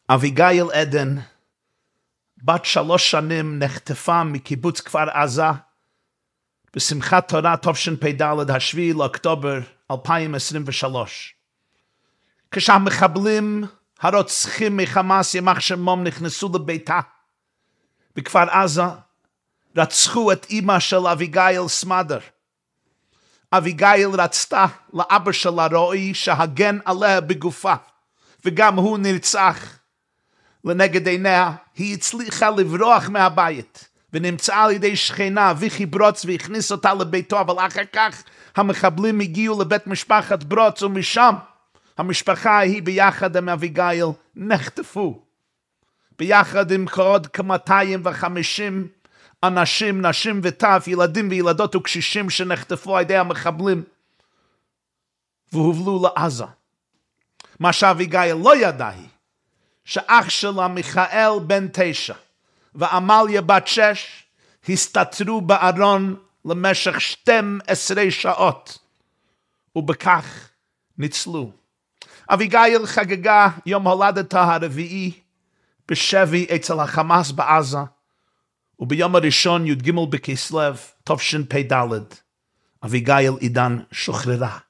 אביגיל עדן, בת 3 שנים, נחטפה מקיבוץ כפר עזה, בשמחת תורה תשפ"ד, 7 לאוקטובר 2023. כשהמחבלים הרוצחים מחמאס יימח שמם נכנסו לביתה בכפר עזה, רצחו את אמא של אביגיל סמדר. אביגיל רצתה לאבא שלה רועי שהגן עליה בגופה, וגם הוא נרצח לנגד עיניה. היא הצליחה לברוח מהבית ונמצאה על ידי שכנה ויחי ברוץ והכניס אותה לביתו, אבל אחר כך המחבלים הגיעו לבית משפחת ברוץ, ומשם המשפחה ההיא ביחד עם אביגיל נחטפו, ביחד עם עוד כ-250 אנשים, נשים וטף, ילדים וילדות וקשישים שנחטפו על ידי המחבלים והובלו לעזה. מה שאביגיל לא ידעה היא שאח שלה מיכאל בן 9 ועמליה בת 6 הסתתרו בארון למשך 12 שעות, ובכך ניצלו. אביגיל חגגה יום הולדתה הרביעי בשבי אצל החמאס בעזה, וביום הראשון י"ג בכסלו תשפ"ד אביגיל עידן שוחררה.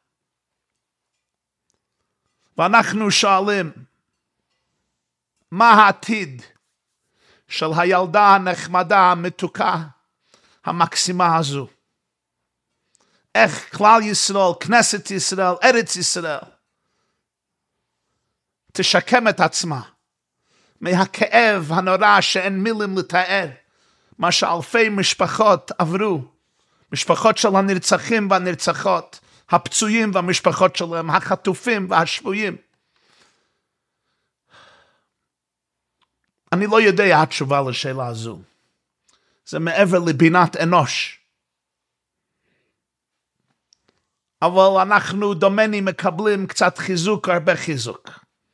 ואנחנו שואלים, מה העתיד של הילדה הנחמדה, המתוקה, המקסימה הזו? איך כלל ישראל, כנסת ישראל, ארץ ישראל, תשקם את עצמה מהכאב הנורא שאין מילים לתאר, מה שאלפי משפחות עברו, משפחות של הנרצחים והנרצחות, הפצועים והמשפחות שלהם, החטופים והשבויים. אני לא יודע התשובה לשאלה הזו. זה מעבר לבינת אנוש. אבל אנחנו דומני מקבלים קצת חיזוק, הרבה חיזוק.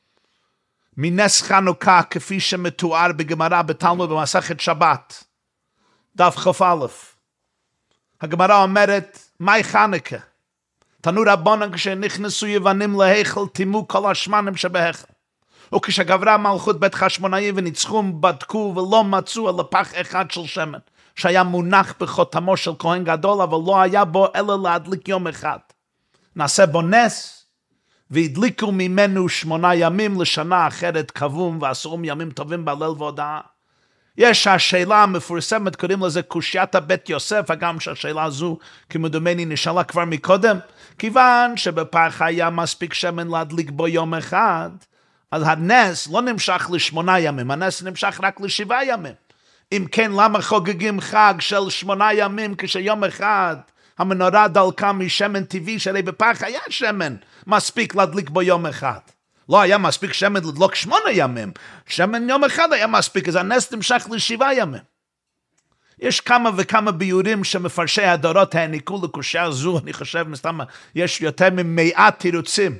מנס חנוכה, כפי שמתואר בגמרא בתלמוד במסכת שבת, דף כ"א. הגמרא אומרת, מהי חנוכה? תנו רבנן, כשנכנסו יוונים להיכל, טימאו כל השמנים שבהיכל. וכשגברה מלכות בית חשמונאי וניצחום, בדקו ולא מצאו אלא פח אחד של שמן, שהיה מונח בחותמו של כהן גדול, אבל לא היה בו אלא להדליק יום אחד. נעשה בו נס, והדליקו ממנו 8 ימים, לשנה אחרת קבום, ועשו ימים טובים בהלל והודאה. יש השאלה המפורסמת, קוראים לזה קושיית בית יוסף, הגם שהשאלה הזו כמדומני נשאלה כבר מקודם, כיוון שבפח היה מספיק שמן להדליק בו יום אחד, אז הנס לא נמשך ל8 ימים, הנס נמשך רק ל7 ימים. אם כן, למה חוגגים חג של 8 ימים כשיום אחד המנורה דלקה משמן טבעי, שהרי בפח היה שמן מספיק להדליק בו יום אחד? לא היה מספיק שמן לדלוק 8 ימים, שמן יום אחד היה מספיק, אז הנס נמשך ל7 ימים. יש כמה וכמה ביורים שמפרשי הדורות העניקו לקושיה זו, אני חושב מסתם יש יותר מ100 תירוצים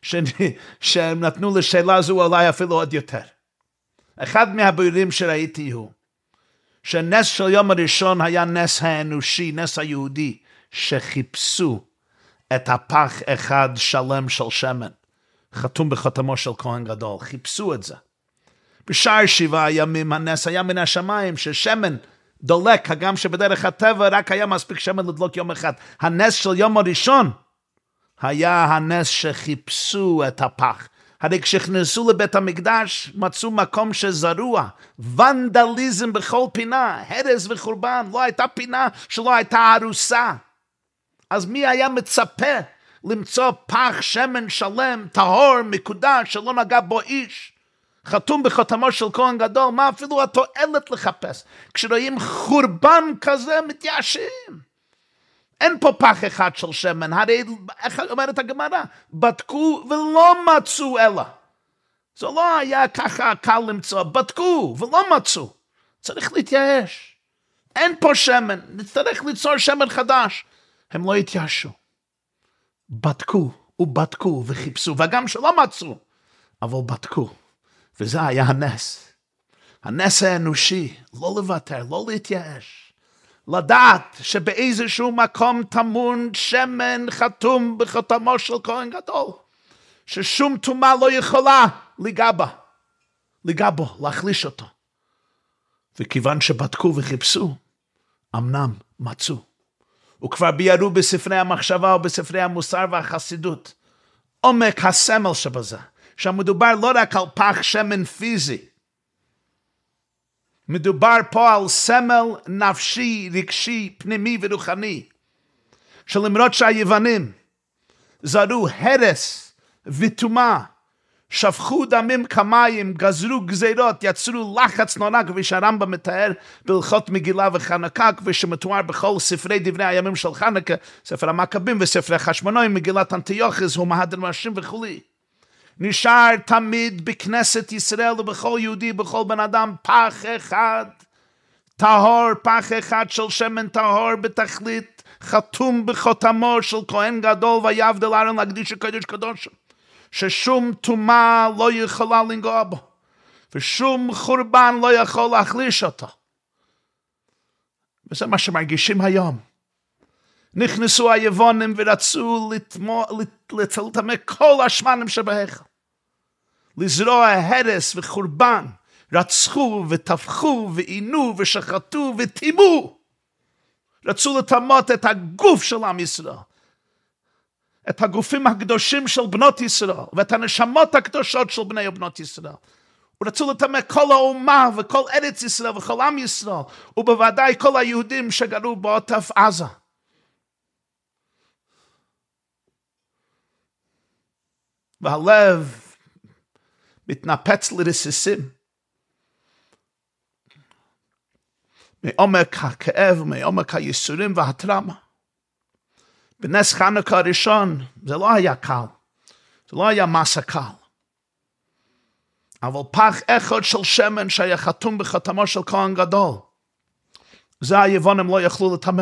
שהם נתנו לשאלה זו, אולי אפילו עוד יותר. אחד מהביורים שראיתי הוא שנס של יום הראשון היה נס האנושי, נס היהודי, שחיפשו את הפח אחד שלם של שמן, חתום בחותמו של כהן גדול, חיפשו את זה. בשאר 7 ימים הנס היה מן השמיים, ששמן דולק, הגם שבדרך הטבע רק היה מספיק שמן לדלוק יום אחד. הנס של יום הראשון היה הנס שחיפשו את הפח. הרי כשנכנסו לבית המקדש מצאו מקום שזרוע, ונדליזם בכל פינה, הרס וחורבן, לא הייתה פינה שלא הייתה הרוסה. אז מי היה מצפה למצוא פח שמן שלם, טהור, מקודש, שלא נגע בו איש, חתום בחותמו של כהן גדול? מה אפילו התועלת לחפש? כשרואים חורבן כזה מתייאשים. אין פה פח אחד של שמן, הרי איך אומרת הגמרא? בדקו ולא מצאו אלא. זה לא היה ככה קל למצוא, בדקו ולא מצאו. צריך להתייאש. אין פה שמן, נצטרך ליצור שמן חדש. הם לא התייאשו. בדקו ובדקו וחיפשו, וגם שלא מצאו, אבל בדקו. וזה היה הנס. הנס האנושי, לא לוותר, לא להתייאש. לדעת שבאיזשהו מקום טמון שמן חתום בחותמו של כהן גדול, ששום טומאה לא יכולה לגע בה, ליגע בו, להחליש אותו. וכיוון שבדקו וחיפשו, אמנם מצאו. וכבר ביארו בספרי המחשבה ובספרי המוסר והחסידות, עומק הסמל שבזה, שמדובר לא רק על פח שמן פיזי, מדובר פה על סמל נפשי, רגשי, פנימי ורוחני, שלמרות שהיוונים זרו הרס וטומאה, שפכו דמים כמים, גזרו גזירות, יצרו לחץ נורא, כפי שהרמב"ם מתאר בהלכות מגילה וחנוכה, כפי שמתואר בכל ספרי דברי הימים של חנוכה, ספר המכבים וספרי חשמונאים, מגילת אנטיוכוס ומהדר מרשים וכו'. נשאר תמיד בכנסת ישראל ובכל יהודי, בכל בן אדם, פח אחד טהור, פח אחד של שמן טהור בתכלית, חתום בחותמו של כהן גדול ויבדל אהרון להקדיש הקודש קדוש, ששום טומאה לא יכולה לנגוע בו, ושום חורבן לא יכול להחליש אותו. וזה מה שמרגישים היום. נכנסו היוונים ורצו לטמא כל השמנים שבהיכל, לזרוע הרס וחורבן, רצחו וטבחו ועינו ושחטו וטימאו, רצו לטמאות את הגוף של עם ישראל, את הגופים הקדושים של בנות ישראל, ואת הנשמות הקדושות של בני ובנות ישראל. ורצו לטמא כל האומה וכל ארץ ישראל וכל עם ישראל, ובוודאי כל היהודים שגרו בעוטף עזה. והלב מתנפץ לרסיסים, מעומק הכאב ומעומק הייסורים והטראומה. בנס חנוכה הראשון זה לא היה קל, זה לא היה מסע קל. אבל פח אחד של שמן שהיה חתום בחתמו של כהן גדול, זה היוונים לא יכלו לטמא.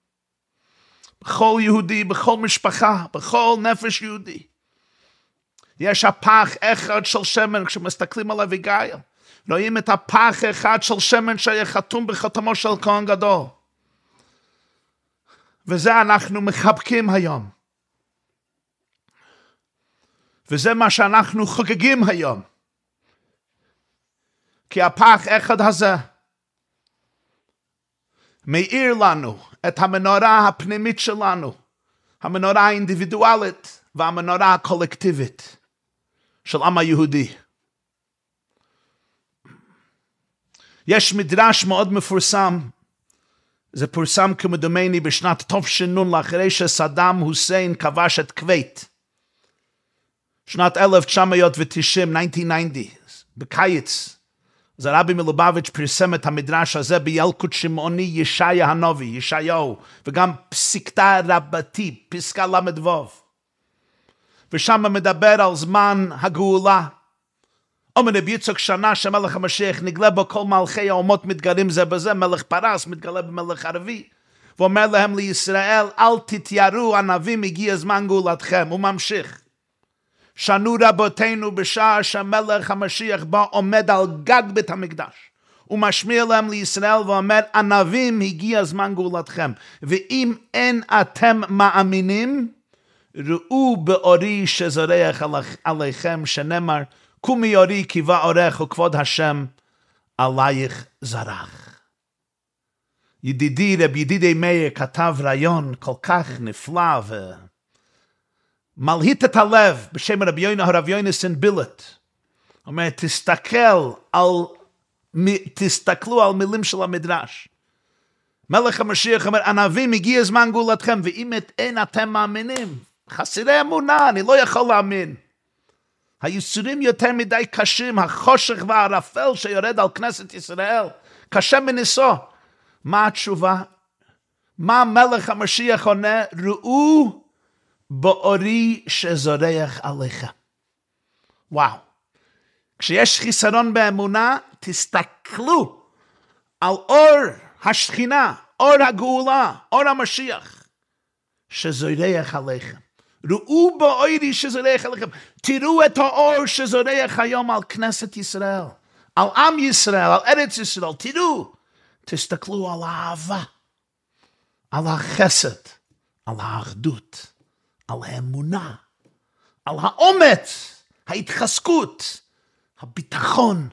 בכל יהודי, בכל משפחה, בכל נפש יהודי, יש הפח אחד של שמן. כשמסתכלים על אביגיל, רואים את הפח אחד של שמן שהיה חתום בחתמו של כהן גדול. וזה אנחנו מחבקים היום. וזה מה שאנחנו חוגגים היום. כי הפח אחד הזה מאיר לנו את המנורה הפנימית שלנו, המנורה האינדיבידואלית והמנורה הקולקטיבית של עם היהודי. יש מדרש מאוד מפורסם, זה פורסם כמדומני בשנת תש"ן, לאחרי שסדאם חוסיין כבש את כווית. שנת 1990, בקיץ, אז הרבי מלובביץ' פרסם את המדרש הזה בילקוט שמעוני ישעיה הנביא, ישעיהו, וגם פסיקתא רבתי, פסקה ל"ו. ושם מדבר על זמן הגאולה. אומר רבי יצחק שנה שמלך המשיח נגלה בו כל מלכי האומות מתגרים זה בזה, מלך פרס מתגלה במלך ערבי, ואומר להם לישראל, אל תתייראו ענבים, הגיע זמן גאולתכם. הוא ממשיך, שנו רבותינו בשעה שמלך המשיח בא עומד על גג בית המקדש, הוא משמיע להם לישראל ואומר, ענבים, הגיע זמן גאולתכם, ואם אין אתם מאמינים, ראו באורי שזורח עליכם, שנאמר, קומי אורי כי בא אורך וכבוד השם עלייך זרח. ידידי מאיר כתב רעיון כל כך נפלא ומלהיט את הלב בשם הרב יונסן בילט. אומר, תסתכלו על מילים של המדרש. מלך המשיח אומר, ענבים, הגיע זמן גאולתכם, ואם אין אתם מאמינים, חסרי אמונה, אני לא יכול להאמין. הייסורים יותר מדי קשים, החושך והערפל שיורד על כנסת ישראל, קשה מנשוא. מה התשובה? מה מלך המשיח עונה? ראו באורי שזורח עליך. וואו. כשיש חיסרון באמונה, תסתכלו על אור השכינה, אור הגאולה, אור המשיח, שזורח עליכם. ראו באורי שזורח עליכם. תראו את האור שזורח היום על כנסת ישראל, על עם ישראל, על ארץ ישראל. תראו, תסתכלו על האהבה, על החסד, על האחדות, על האמונה, על האומץ, ההתחזקות, הביטחון,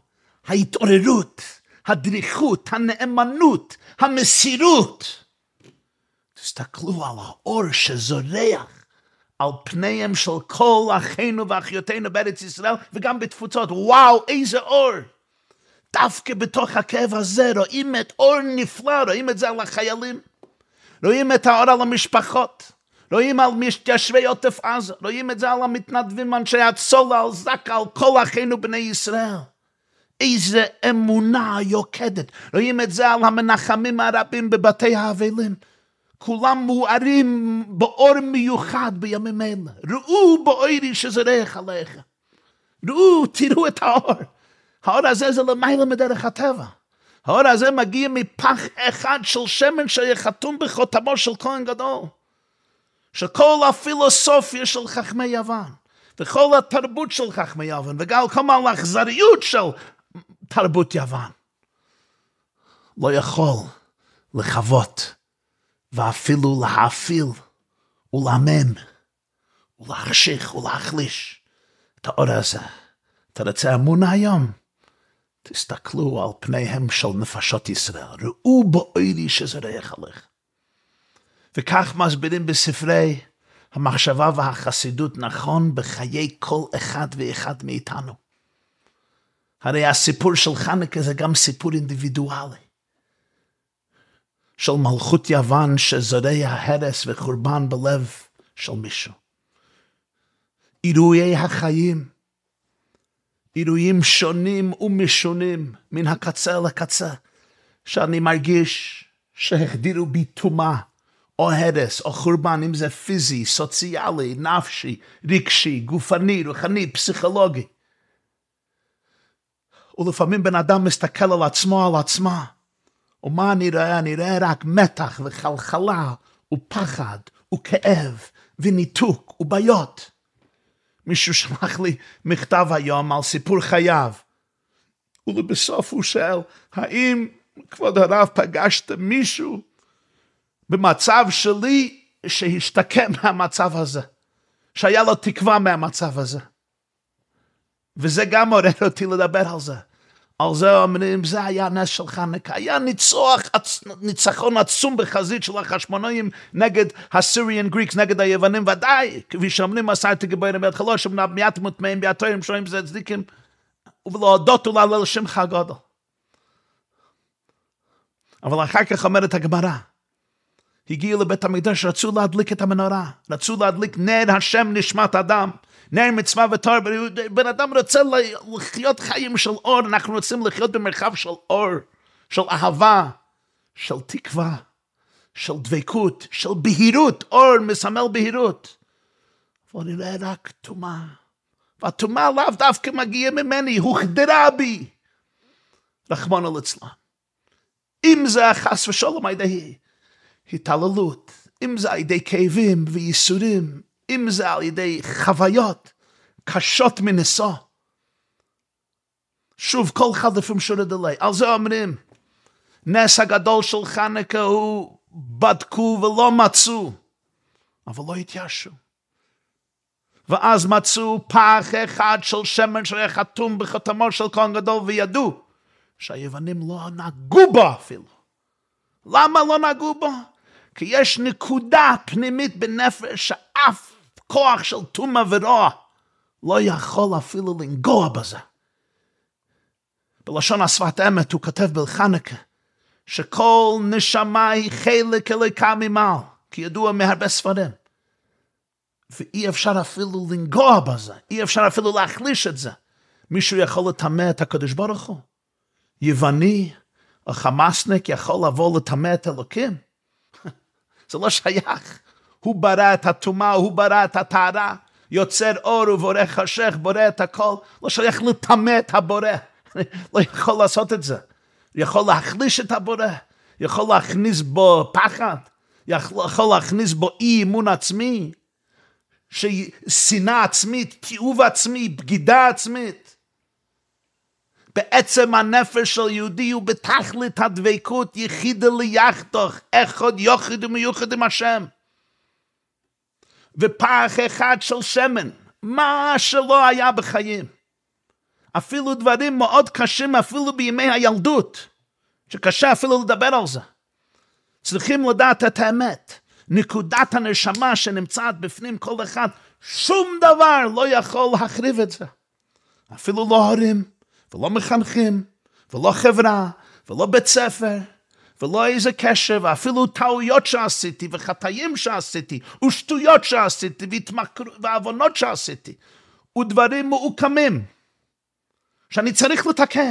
ההתעוררות, הדריכות, הנאמנות, המסירות. תסתכלו על האור שזורח על פניהם של כל אחינו ואחיותינו בארץ ישראל וגם בתפוצות. וואו, איזה אור. דווקא בתוך הכאב הזה רואים את אור נפלא, רואים את זה על החיילים, רואים את האור על המשפחות, רואים על מתיישבי עוטף עזה, רואים את זה על המתנדבים, אנשי הצולה, על זק"א, על כל אחינו בני ישראל. איזה אמונה יוקדת. רואים את זה על המנחמים הרבים בבתי האבלים. כולם מוארים באור מיוחד בימים אלה. ראו באורי שזורח עליך. ראו, תראו את האור. האור הזה זה למעלה מדרך הטבע. האור הזה מגיע מפח אחד של שמן שחתום בחותמו של כהן גדול. שכל הפילוסופיה של חכמי יוון, וכל התרבות של חכמי יוון, וגם כל האכזריות של תרבות יוון, לא יכול לחוות, ואפילו להאפיל, ולאמן, ולהחשיך, ולהחליש את האור הזה. אתה רוצה אמונה היום? תסתכלו על פניהם של נפשות ישראל, ראו באורי שזורח עליך. וכך מסבירים בספרי המחשבה והחסידות, נכון בחיי כל אחד ואחד מאיתנו. הרי הסיפור של חנוכה זה גם סיפור אינדיבידואלי, של מלכות יוון שזורע הרס וחורבן בלב של מישהו. אירועי החיים, אירועים שונים ומשונים מן הקצה לקצה, שאני מרגיש שהחדירו בי טומאה, או הרס, או חורבן, אם זה פיזי, סוציאלי, נפשי, רגשי, גופני, רוחני, פסיכולוגי. ולפעמים בן אדם מסתכל על עצמו, על עצמה, ומה אני רואה? אני רואה רק מתח וחלחלה, ופחד, וכאב, וניתוק, ובעיות. מישהו שלח לי מכתב היום על סיפור חייו, ולבסוף הוא שואל, האם כבוד הרב פגשתם מישהו במצב שלי שהשתקם מהמצב הזה, שהיה לו תקווה מהמצב הזה? וזה גם עורר אותי לדבר על זה. על זה אומרים, זה היה נס של חנוכה, היה ניצחון עצום בחזית של החשמונאים נגד הסיריאן גריקס, נגד היוונים, ודאי, כפי שאומרים, עשייתי גיבורים בהתחלה, שמונה מיית מוטמעים ביתורים, שורים זה צדיקים, ולהודות ולהלל שמך גדול. אבל אחר כך אומרת הגמרא, הגיעו לבית המקדש, רצו להדליק את המנורה, רצו להדליק נר השם נשמת אדם, נר מצווה ותורה. בן אדם רוצה לחיות חיים של אור, אנחנו רוצים לחיות במרחב של אור, של אהבה, של תקווה, של דבקות, של בהירות. אור מסמל בהירות. אבל נראה רק טומאה, והטומאה לאו דווקא מגיעה ממני, הוחדרה בי, רחמנא ליצלן. אם זה חס ושלום על ידי התעללות, אם זה על ידי כאבים וייסורים, אם זה על ידי חוויות קשות מנשוא. שוב, כל אחד לפעמים שורד אליי. על זה אומרים, נס הגדול של חנוכה הוא בדקו ולא מצאו, אבל לא התייאשו. ואז מצאו פח אחד של שמן שהיה חתום בחותמו של כהן גדול, וידעו שהיוונים לא נגעו בו אפילו. למה לא נגעו בו? כי יש נקודה פנימית בנפש שאף כוח של טומאה ורוע לא יכול אפילו לנגוע בזה. בלשון השפת אמת הוא כותב בחנוכה שכל נשמה היא חלק אלוקה ממעל, כי ידוע מהרבה ספרים, ואי אפשר אפילו לנגוע בזה, אי אפשר אפילו להחליש את זה. מישהו יכול לטמא את הקדוש ברוך הוא? יווני או חמאסניק יכול לבוא לטמא את אלוקים? זה לא שייך. הוא ברא את הטומאה, הוא ברא את הטהרה, יוצר אור ובורא חשך, בורא את הכל. לא שייך לטמא את הבורא. לא יכול לעשות את זה. יכול להחליש את הבורא, יכול להכניס בו פחד, יכול להכניס בו אי אמון עצמי, שנאה עצמית, תיעוב עצמי, בגידה עצמית. בעצם הנפש של יהודי הוא בתכלית הדבקות, יחידה ליחדוך, אחד יחיד ומיוחד עם השם. ופח אחד של שמן, מה שלא היה בחיים. אפילו דברים מאוד קשים, אפילו בימי הילדות, שקשה אפילו לדבר על זה. צריכים לדעת את האמת. נקודת הנשמה שנמצאת בפנים כל אחד, שום דבר לא יכול להחריב את זה. אפילו לא הורים, ולא מחנכים, ולא חברה, ולא בית ספר, ולא איזה קשר, ואפילו טעויות שעשיתי, וחטאים שעשיתי, ושטויות שעשיתי, ועוונות שעשיתי, ודברים מעוקמים, שאני צריך לתקן.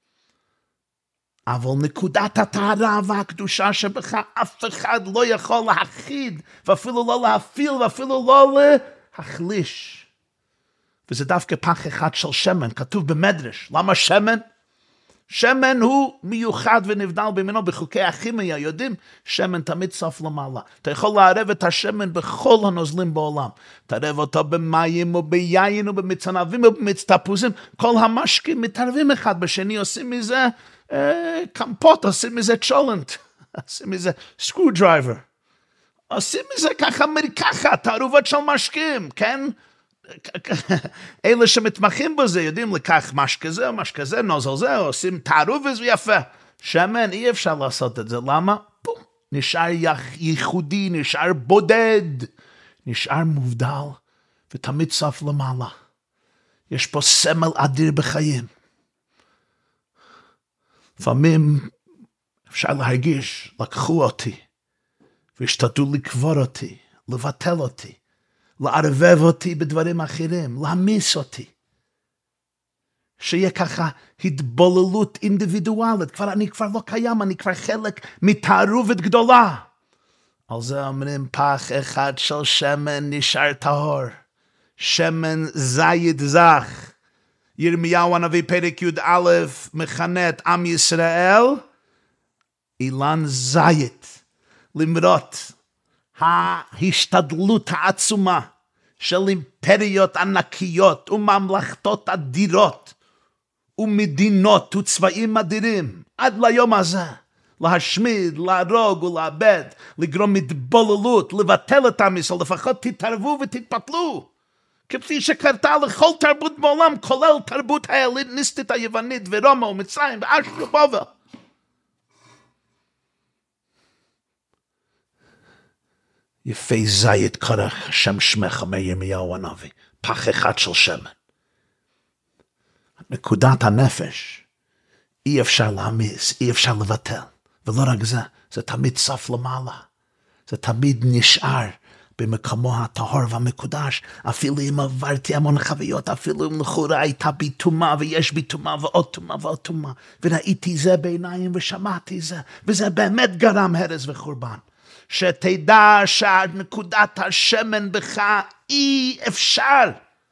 אבל נקודת הטהרה והקדושה שבך אף אחד לא יכול להכחיד, ואפילו לא להפיל, ואפילו לא להחליש. וזה דווקא פח אחד של שמן, כתוב במדרש. למה שמן? שמן הוא מיוחד ונבדל במינו. בחוקי הכימיה יודעים, שמן תמיד סוף למעלה. אתה יכול לערב את השמן בכל הנוזלים בעולם. תערב אותו במים או ביין או במיץ ענבים או במיץ תפוזים. כל המשקים מתערבים אחד בשני, עושים מזה קמפות, עושים מזה צ'ולנט, עושים מזה סקרו דרייבר. עושים מזה ככה, תערובות של משקים, כן? אלה שמתמחים בזה יודעים לקח משקה זה או משקה זה, נוזל זה, עושים תערובת ויפה. שמן אי אפשר לעשות את זה, למה? פום, נשאר ייחודי, נשאר בודד, נשאר מובדל, ותמיד סוף למעלה. יש פה סמל אדיר בחיים. לפעמים אפשר להרגיש, לקחו אותי, והשתדלו לקבור אותי, לבטל אותי, לערבב אותי בדברים אחרים, להמיס אותי. שיהיה ככה התבוללות אינדיבידואלית, אני כבר לא קיים, אני כבר חלק מתערובת גדולה. על זה אומרים פח אחד של שמן נשאר טהור, שמן זית זך. ירמיהו הנביא פרק י"א מכנה את עם ישראל אילן זית, למרות ההשתדלות העצומה של אימפריות ענקיות וממלכתות אדירות ומדינות וצבאים אדירים עד ליום הזה, להשמיד, להרוג ולאבד, לגרום התבוללות, לבטל את עם ישראל. לפחות תתערבו ותתפתלו, כפי שקרתה לכל תרבות בעולם, כולל תרבות ההלניסטית היוונית ורומא ומצרים ואשור ובבל. יפה זית קרח השם שמך, אומר ירמיהו הנביא, פח אחד של שמן. נקודת הנפש אי אפשר להמיס, אי אפשר לבטל, ולא רק זה, זה תמיד סף למעלה, זה תמיד נשאר במקומו הטהור והמקודש. אפילו אם עברתי המון חוויות, אפילו אם לכאורה הייתה בי טומאה ויש בי טומאה ועוד טומאה ועוד טומאה, וראיתי זה בעיניים ושמעתי זה, וזה באמת גרם הרס וחורבן. שתדע שנקודת השמן בך אי אפשר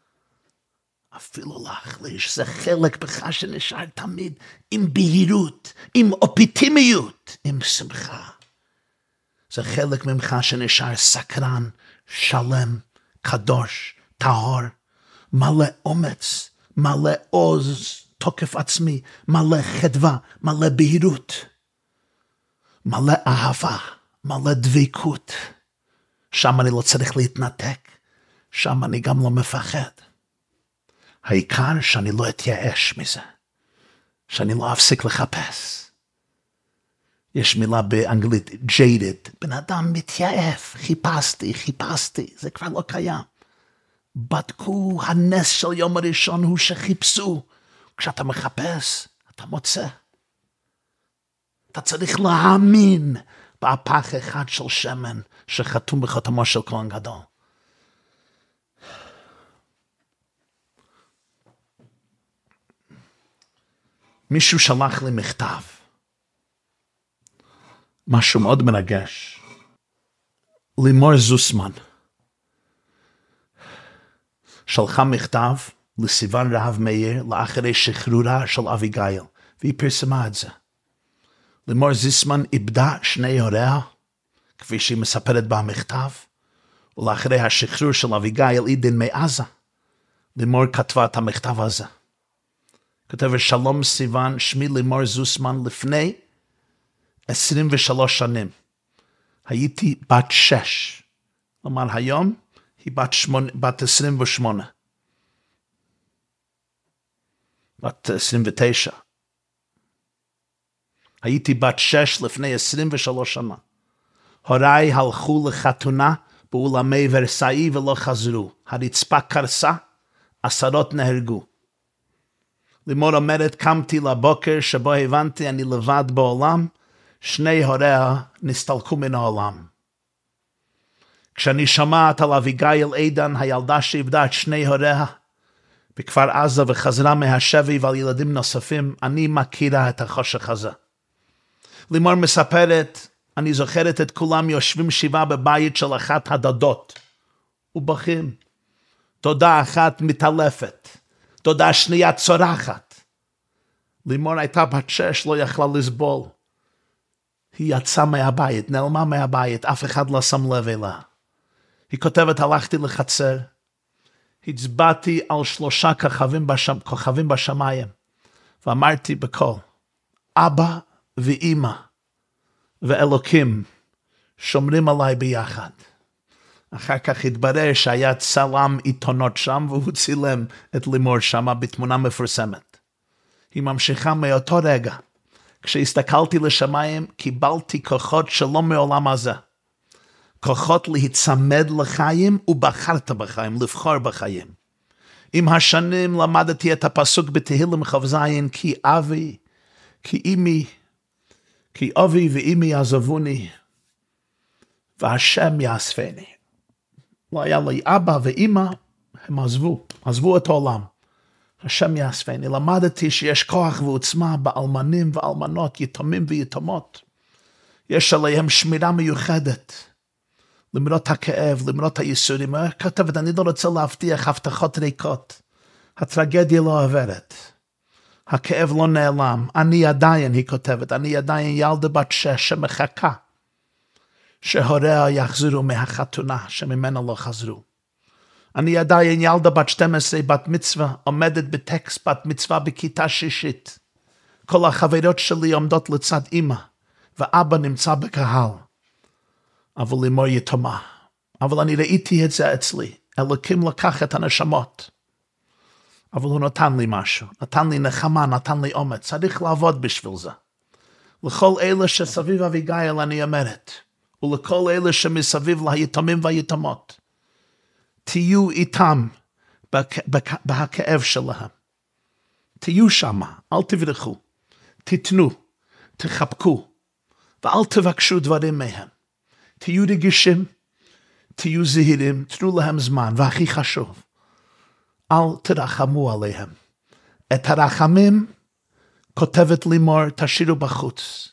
אפילו להחליש. זה חלק בך שנשאר תמיד עם בהירות, עם אופטימיות, עם שמחה. זה חלק ממך שנשאר סקרן, שלם, קדוש, טהור, מלא אומץ, מלא עוז, תוקף עצמי, מלא חדווה, מלא בהירות, מלא אהבה, מלא דבקות. שם אני לא צריך להתנתק, שם אני גם לא מפחד. העיקר שאני לא אתייאש מזה, שאני לא אפסיק לחפש. יש מילה באנגלית, jaded, בן אדם מתייאף, חיפשתי, זה כבר לא קיים. בדקו, הנס של יום הראשון הוא שחיפשו. כשאתה מחפש, אתה מוצא. אתה צריך להאמין בפח אחד של שמן שחתום בחותמו של כהן גדול. מישהו שלח לי מכתב, משהו מאוד מרגש. לימור זוסמן שלחה מכתב לסיוון רהב מאיר לאחרי שחרורה של אביגיל, והיא פרסמה את זה. לימור זוסמן איבדה שני הוריה, כפי שהיא מספרת במכתב, ולאחרי השחרור של אביגיל עידן מעזה, לימור כתבה את המכתב הזה. כותבת, שלום סיוון, שמי לימור זוסמן, לפני 23 שנים. הייתי בת 6. כלומר, היום היא בת 28. בת 29. הייתי בת 6 לפני 23 שנה. הוריי הלכו לחתונה באולמי ורסאי ולא חזרו. הרצפה קרסה, 10 נהרגו. לימור אומרת, קמתי לבוקר שבו הבנתי אני לבד בעולם, 2 הוריה נסתלקו מן העולם. כשאני שומעת על אביגיל עידן, הילדה שאיבדה את 2 הוריה, בכפר עזה וחזרה מהשבי ועל ילדים נוספים, אני מכירה את החושך הזה. לימור מספרת, אני זוכרת את כולם יושבים 7 בבית של אחת הדודות, ובוכים. דודה אחת מתעלפת, דודה שנייה צורחת. לימור הייתה בת 6, לא יכלה לסבול. היא יצאה מהבית, נעלמה מהבית, אף אחד לא שם לב אליה. היא כותבת, הלכתי לחצר, הצבעתי על 3 כוכבים בשמיים, ואמרתי בקול, אבא ואמא ואלוקים שומרים עליי ביחד. אחר כך התברר שהיה צלם עיתונות שם, והוא צילם את לימור שם בתמונה מפורסמת. היא ממשיכה מאותו רגע. כשהסתכלתי לשמיים, קיבלתי כוחות שלא מעולם הזה. כוחות להיצמד לחיים, ובחרת בחיים, לבחור בחיים. עם השנים למדתי את הפסוק בתהילים כ"ז, כי אבי ואמי יעזבוני, והשם יאספני. לא היה לי אבא ואמא, הם עזבו את העולם. השם יאספני. למדתי שיש כוח ועוצמה באלמנים ואלמנות, יתומים ויתומות. יש עליהם שמירה מיוחדת. למרות הכאב, למרות הייסורים. כתבת, אני לא רוצה להבטיח הבטחות ריקות. הטרגדיה לא עוברת. הכאב לא נעלם. אני עדיין, היא כותבת, אני עדיין ילדה בת 6 שמחכה. שהוריה יחזרו מהחתונה שממנה לא חזרו. אני עדיין ילדה בת 12 בת מצווה, עומדת בטקסט בת מצווה בכיתה 6. כל החברות שלי עומדות לצד אמא, ואבא נמצא בקהל. אבל לימור יתומה. אבל אני ראיתי את זה אצלי. אלוקים לקח את הנשמות. אבל הוא נתן לי משהו. נתן לי נחמה, נתן לי אומץ. צריך לעבוד בשביל זה. לכל אלה שסביב אביגיל אני אומרת, ולכל אלה שמסביב ליתומים והיתומות, תהיו איתם בהכאב שלהם. תהיו שמה, אל תברחו. תתנו, תחבקו, ואל תבקשו דברים מהם. תהיו רגישים, תהיו זהירים, תנו להם זמן, והכי חשוב, אל תרחמו עליהם. את הרחמים, כותבת לימור, תשאירו בחוץ.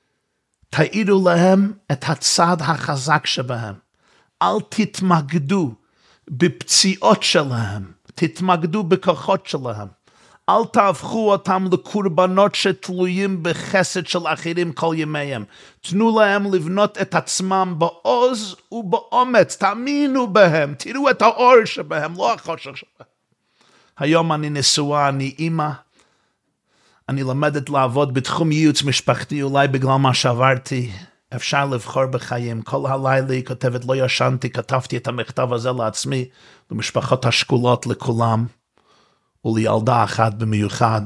תאירו להם את הצד החזק שבהם. אל תתמקדו בפציעות שלהם, תתמקדו בכוחות שלהם. אל תהפכו אותם לקורבנות שתלויים בחסד של אחרים כל ימיהם. תנו להם לבנות את עצמם בעוז ובאומץ. תאמינו בהם, תראו את האור שבהם, לא החושך שבהם. היום אני נשואה, אני אימא. אני למדת לעבוד בתחום ייעוץ משפחתי, אולי בגלל מה שעברתי. אפשר לבחור בחיים. כל הלילה היא כותבת, לא ישנתי, כתבתי את המכתב הזה לעצמי, למשפחות השכולות, לכולם, ולילדה אחת במיוחד,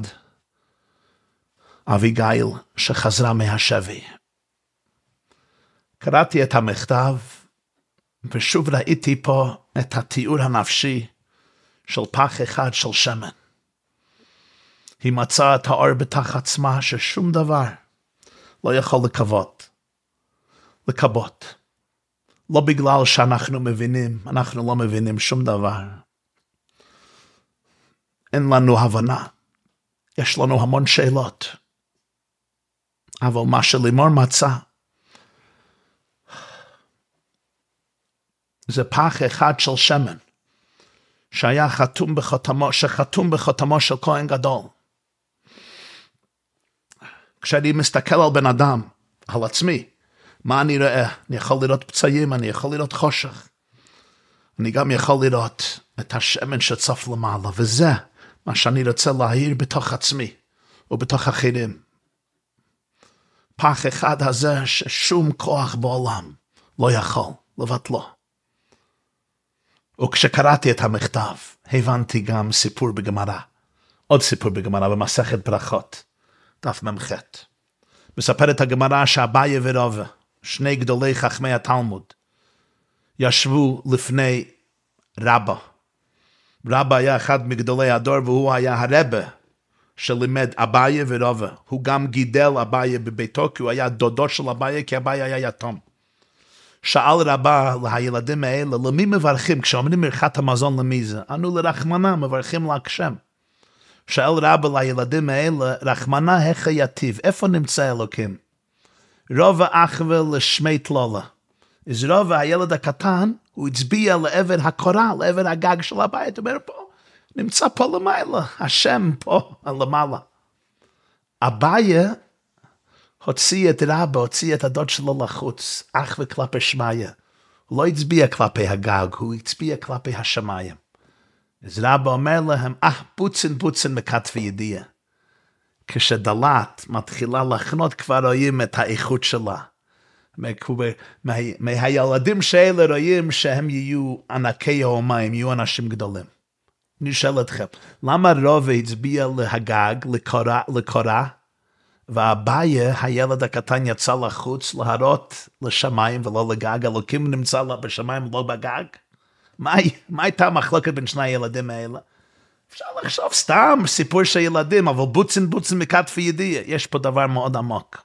אביגיל, שחזרה מהשבי. קראתי את המכתב, ושוב ראיתי פה את התיאור הנפשי של פח אחד של שמן. היא מצאה את האור בתוך עצמה ששום דבר לא יכול לקוות. לא בגלל שאנחנו מבינים, אנחנו לא מבינים שום דבר. אין לנו הבנה. יש לנו המון שאלות. אבל מה שלימור מצא, זה פח אחד של שמן, שחתום בחותמו של כהן גדול. כשאני מסתכל על בן אדם, על עצמי, מה אני רואה? אני יכול לראות פצעים, אני יכול לראות חושך. אני גם יכול לראות את השמן שצוף למעלה, וזה מה שאני רוצה להעיר בתוך עצמי, ובתוך אחרים. פח אחד הזה ששום כוח בעולם לא יכול לבטלו. וכשקראתי את המכתב, הבנתי גם סיפור בגמרא. עוד סיפור בגמרא, במסכת ברכות, דף מ"ח. מספרת הגמרא שאביי ורבא, שני גדולי חכמי התלמוד, ישבו לפני רבא. רבא היה אחד מגדולי הדור, והוא היה הרבה שלימד אביי ורבא. הוא גם גידל אביי בביתו, כי הוא היה דודו של אביי, כי אביי היה יתום. שאל רבא לילדים האלה, למי מברכים? כשאומרים ברכת המזון, למי זה? אנו לרחמנא, מברכים להשם. שאל רבא לילדים האלה, רחמנא היכא יתיב, איפה נמצא אלוקים? רבא אחווה לשמי תלולה. אז רבא, הילד הקטן, הוא הצביע לעבר הקורה, לעבר הגג של הבית, הוא אומר פה, נמצא פה למעלה, השם פה למעלה. אביי הוציא את רבא, הוציא את הדוד שלו לחוץ, אחווה כלפי שמיה. הוא לא הצביע כלפי הגג, הוא הצביע כלפי השמיים. אז רבא אומר להם, בוצן מכתבי ידיעה. כשדלת מתחילה לחנות, כבר רואים את האיכות שלה. מהילדים שאלה רואים שהם יהיו ענקי האומה, יהיו אנשים גדולים. אני שואל אתכם, למה רבא הצביע להגג, לקורה, ואביי, הילד הקטן, יצא לחוץ להראות לשמיים ולא לגג? אלוקים נמצא בשמיים ולא בגג? מה הייתה המחלוקת בין שני הילדים האלה? אפשר לחשוב סתם סיפור של ילדים, אבל בוצן מכתבי ידיעה, יש פה דבר מאוד עמוק.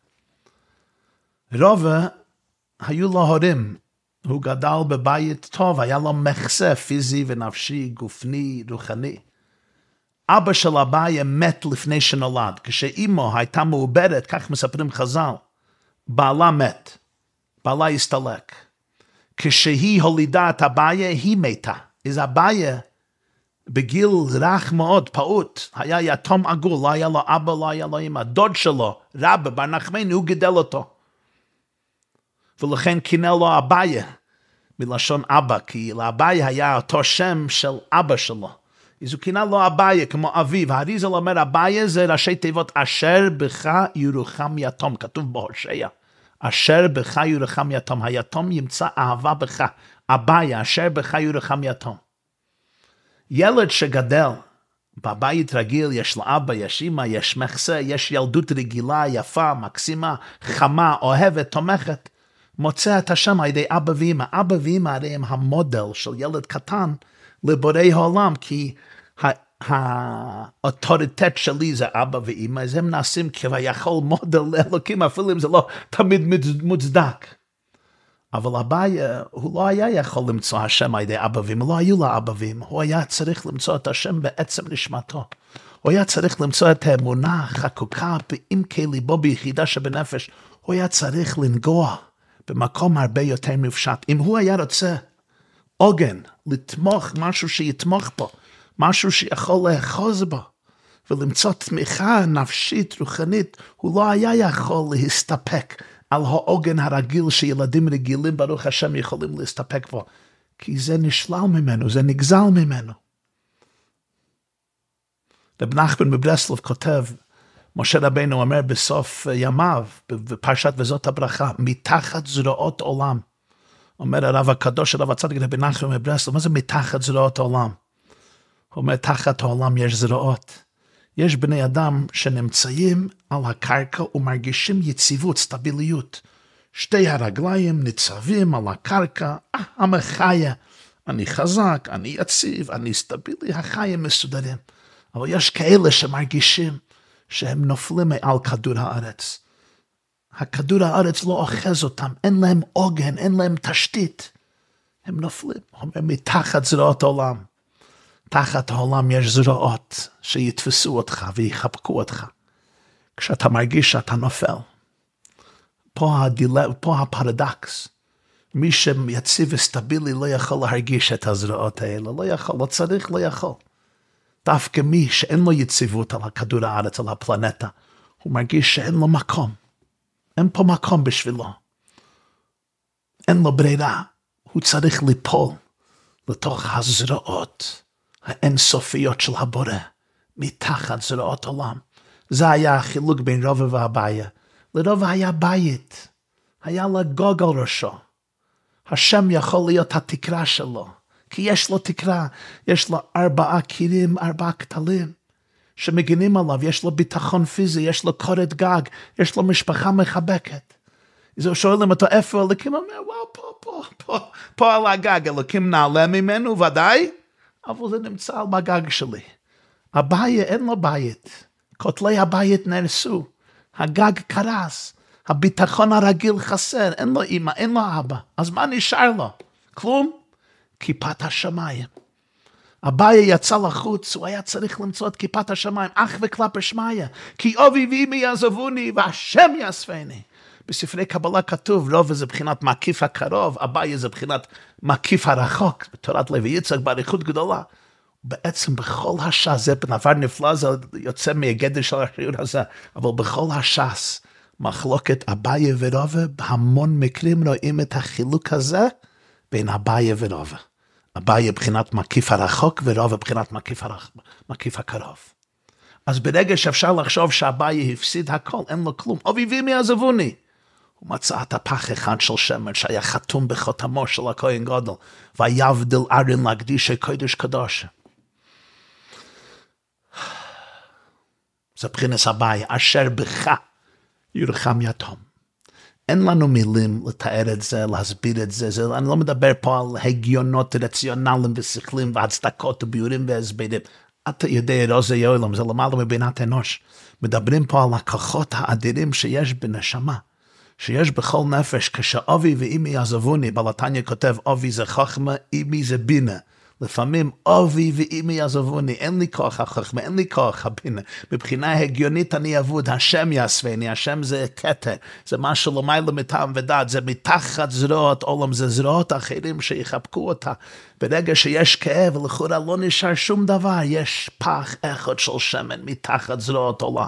רבא, היו לו הורים, הוא גדל בבית טוב, היה לו מחסה פיזי ונפשי, גופני, רוחני. אבא של אביי מת לפני שנולד, כשאימו הייתה מעוברת, כך מספרים חז"ל, בעלה מת, בעלה הסתלק. כשהיא הולידה את אביי, היא מתה. אז אביי, בגיל רך מאוד, פעוט, היה יתום עגול, לא היה לו אבא, לא היה לו אמא. דוד שלו, רבא בר נחמני, הוא גידל אותו. ולכן כינה לו אביי, מלשון אבא, כי לאביי היה אותו שם של אבא שלו. אז הוא כינה לו אביי, כמו אביו. האריזל אומר, אביי זה ראשי תיבות, אשר בך ירוחם יתום, כתוב בהושע. אשר בך ירוחם יתום, היתום ימצא אהבה בך. אביי, אשר בך ירוחם יתום. ילד שגדל בבית רגיל, יש לאבא, יש אמא, יש מחסה, יש ילדות רגילה, יפה, מקסימה, חמה, אוהבת, תומכת. מוצא את השם על ידי אבא ואמא. אבא ואמא הרי הם המודל של ילד קטן לבורא העולם, כי האוטוריטט שלי זה אבא ואמא, אז הם נעשים כביכול מודל לאלוקים, אפילו אם זה לא תמיד מוצדק. אבל אביי, הוא לא היה יכול למצוא השם על ידי אבא ואמא, לא היו לה אבא ואמא, הוא היה צריך למצוא את השם בעצם נשמתו. הוא היה צריך למצוא את האמונה חקוקה בעמקי ליבו, ביחידה שבנפש. הוא היה צריך לנגוע במקום הרבה יותר מופשט. אם הוא היה רוצה עוגן, לתמוך משהו שיתמוך בו, משהו שיכול לאחוז בו, ולמצוא תמיכה נפשית, רוחנית, הוא לא היה יכול להסתפק על העוגן הרגיל שילדים רגילים, ברוך השם, יכולים להסתפק בו, כי זה נשלל ממנו, זה נגזל ממנו. רב נחמן מברסלב כותב, משה רבנו אומר בסוף ימיו, בפרשת וזאת הברכה, מתחת זרועות עולם. אומר הרב הקדוש, הרב הצדיק רבי נחמן מברסלב, מה זה מתחת זרועות עולם? הוא אומר, תחת העולם יש זרועות. יש בני אדם שנמצאים על הקרקע ומרגישים יציבות, סטביליות. שתי הרגליים ניצבים על הקרקע, המחיה, אני חזק, אני יציב, אני סטבילי, החיים מסודרים. אבל יש כאלה שמרגישים שהם נופלים על כדור הארץ. הכדור הארץ לא אוחז אותם, אין להם עוגן, אין להם תשתית. הם נופלים, אומר, מתחת זרועות העולם. תחת העולם יש זרועות שיתפסו אותך ויחבקו אותך. כשאתה מרגיש שאתה נופל. פה הפרדוקס. מי שיציב וסטבילי לא יכול להרגיש את הזרועות האלה. לא יכול, לא צריך, לא יכול. דווקא מי שאין לו יציבות על הכדור הארץ, על הפלנטה, הוא מרגיש שאין לו מקום. אין פה מקום בשבילו. אין לו ברירה. הוא צריך ליפול לתוך הזרועות האינסופיות של הבורא, מתחת זרועות עולם. זה היה החילוק בין רבא ואביי. לרבא היה בית, היה לה גוג על ראשו. השם יכול להיות התקרה שלו, כי יש לו תקרה, יש לו 4 קירים, 4 כתלים. שמגינים עליו, יש לו ביטחון פיזי, יש לו קורת גג, יש לו משפחה מחבקת. אז הוא שואל אותו, איפה אלוקים? הוא אומר, וואו, פה על הגג, אלוקים נעלה ממנו, ודאי, אבל זה נמצא על הגג שלי. הבית, אין לו בית, כותלי הבית נהרסו, הגג קרס, הביטחון הרגיל חסר, אין לו אמא, אין לו אבא, אז מה נשאר לו? כלום? כיפת השמיים. אביי יצא לחוץ, הוא היה צריך למצוא את כיפת השמיים, אך וכלפי שמיא, כי אבי ואמי יעזבוני והשם יאספני. בספרי קבלה כתוב, רוב זה בחינת מקיף הקרוב, אביי זה בחינת מקיף הרחוק, בתורת לוי יצחק באריכות גדולה. בעצם בכל הש"ס, זה דבר נפלא, זה יוצא מהגדר של השיעור הזה, אבל בכל הש"ס, מחלוקת אביי ורבא, בהמון מקרים רואים את החילוק הזה, בין אביי ורבא. אביי בחינת מקיף הרחוק, ורבא בחינת מקיף הקרוב. אז ברגע שאפשר לחשוב שאביי הפסיד הכל, אין לו כלום, אבי ואמי יעזבוני. הוא מצא את הפח אחד של שמן, שהיה חתום בחותמו של הכהן גדול, ויבדל ארון להקדיש קודש קדוש. זה בחינת אביי, אשר בך ירחם יתום. אין לנו מילים לתאר את זה, להסביר את זה, אני לא מדבר פה על הגיונות רציונליים ושכלים והצדקות וביורים והסברים. אתה יודע, רוזי יועלם, זה למעלה מבינת אנוש. מדברים פה על הכוחות האדירים שיש בנשמה, שיש בכל נפש, כשאבי ואמי יעזבוני, בלתניה כותב, אבי זה חוכמה, אמי זה בינה. לפעמים אבי ואמי יעזבוני, אין לי כוח החוכמה, אין לי כוח הבינה. מבחינה הגיונית אני אבוד, השם יאספני, השם זה כתר, זה משהו למעלה מטעם ודעת, זה מתחת זרועות עולם, זה זרועות אחרים שיחבקו אותה. ברגע שיש כאב, לכאורה לא נשאר שום דבר, יש פח אחד של שמן מתחת זרועות עולם.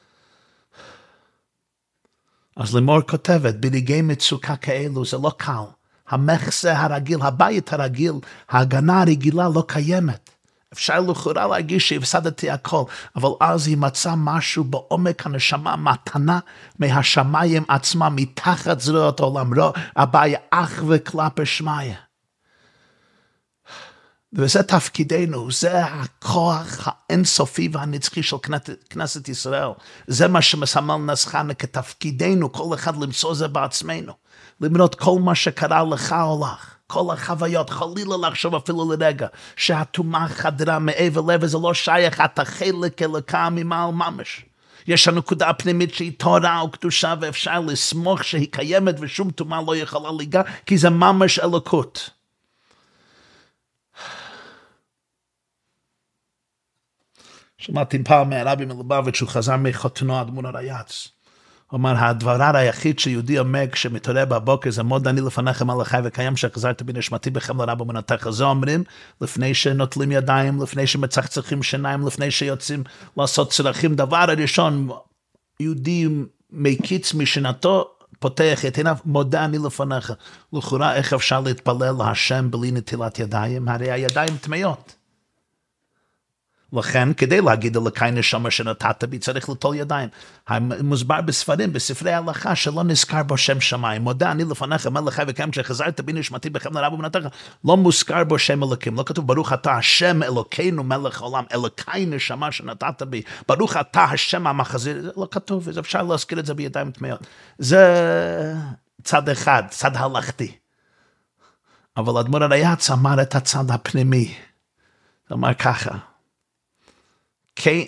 אז לימור כותבת, ברגעי מצוקה כאלו זה לא קל. המחסה הרגיל, הבית הרגיל, ההגנה הרגילה לא קיימת. אפשר לכאורה להרגיש שהפסדתי הכל, אבל אז היא מצאה משהו בעומק הנשמה, מתנה מהשמיים עצמם, מתחת זרועות עולם, הבית אך וכלפי שמיא. וזה תפקידנו, זה הכוח האינסופי והנצחי של כנסת ישראל. זה מה שמסמל נס חנוכה כתפקידנו, כל אחד למצוא זה בעצמנו. למרות כל מה שקרה לך או לך, כל החוויות, חלילה לחשוב אפילו לרגע, שהטומאה חדרה מעבר לב, וזה לא שייך, אתה חלק אלוקה ממעל ממש. יש הנקודה פנימית שהיא תורה וקדושה, ואפשר לסמוך שהיא קיימת, ושום טומאה לא יכולה להיגע, כי זה ממש אלוקות. שמעתי פעם מהרבי מלובביץ' שהוא חזר מחותנו האדמו"ר הריי"צ. הוא אמר, הדבר היחיד שיהודי אומר כשמתעורר בבוקר, זה מודה אני לפניכם על החי וקיים, שחזרתי בנשמתי בכם לרב אמונתך. זה אומרים, לפני שנוטלים ידיים, לפני שמצחצחים שיניים, לפני שיוצאים לעשות צרכים, דבר הראשון, יהודי מקיץ משנתו, פותח את עיניו, מודה אני לפניך. לכאורה, איך אפשר להתפלל להשם בלי נטילת ידיים? הרי הידיים טמאות. לכן, כדי להגיד אלוקי נשמה שנתת בי, צריך לטול ידיים. מוסבר בספרים, בספרי ההלכה, שלא נזכר בו שם שמיים. מודה אני לפניך, מלך חי וקיים, כשחזרת בי נשמתי בכם לרב אמונתך, לא מוזכר בו שם אלוקים. לא כתוב, ברוך אתה השם אלוקינו מלך עולם, אלוקי נשמה שנתת בי, ברוך אתה השם המחזיר. זה לא כתוב, אז אפשר להזכיר את זה בידיים טמאות. זה צד אחד, צד הלכתי. אבל האדמו"ר הריי"צ אמר את הצד הפנימי. הוא אמר ככה, כן,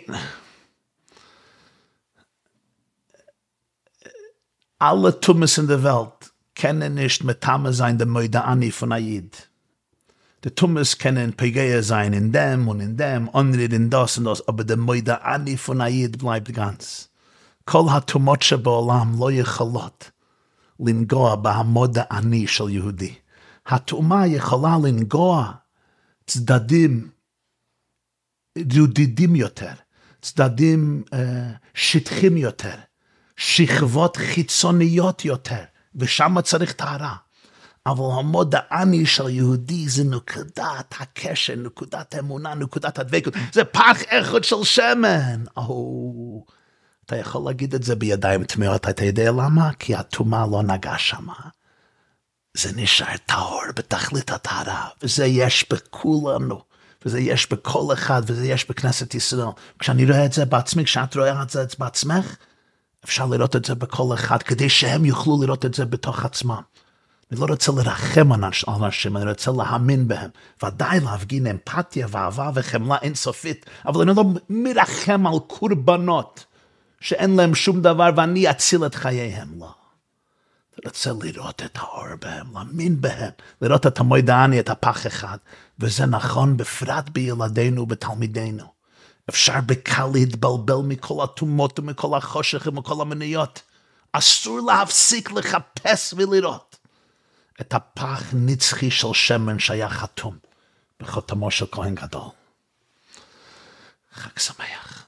alle Tummes in der Welt können nicht mit Tame sein, der Moidani von Ayid. Die Tummes können Pegea sein in dem und in dem, andere in das und das, aber der Moidani von Ayid bleibt ganz. Kol ha-Tumot שבעולם לא יכולות לנגוע בהמודעני של יהודי. הטומאה יכולה לנגוע צדדים יהודידים יותר, צדדים שטחים יותר, שכבות חיצוניות יותר, ושם צריך טהרה. אבל המודעני של יהודי זה נקודת הקשר, נקודת האמונה, נקודת הדבקות, זה פח אחד של שמן. אתה יכול להגיד את זה בידיים טמאות, אתה יודע למה? כי הטומאה לא נגעה שמה. זה נשאר טהור בתכלית הטהרה, וזה יש בכולנו. וזה יש בכל אחד, וזה יש בכנסת ישראל. כשאני רואה את זה בעצמי, כשאת רואה את זה בעצמך, אפשר לראות את זה בכל אחד, כדי שהם יוכלו לראות את זה בתוך עצמם. אני לא רוצה לרחם על אנשים, אני רוצה להאמין בהם. ודאי להפגין אמפתיה ואהבה וחמלה אינסופית, אבל אני לא מרחם על קורבנות, שאין להם שום דבר ואני אציל את חייהם, לא. אני רוצה לראות את האור בהם, להאמין בהם, לראות את המועד העני, את הפח אחד, וזה נכון בפרט בילדינו ובתלמידינו. אפשר בקל להתבלבל מכל התומות ומכל החושך ומכל המניות. אסור להפסיק לחפש ולראות את הפח נצחי של שמן שהיה חתום בחותמו של כהן גדול. חג שמח.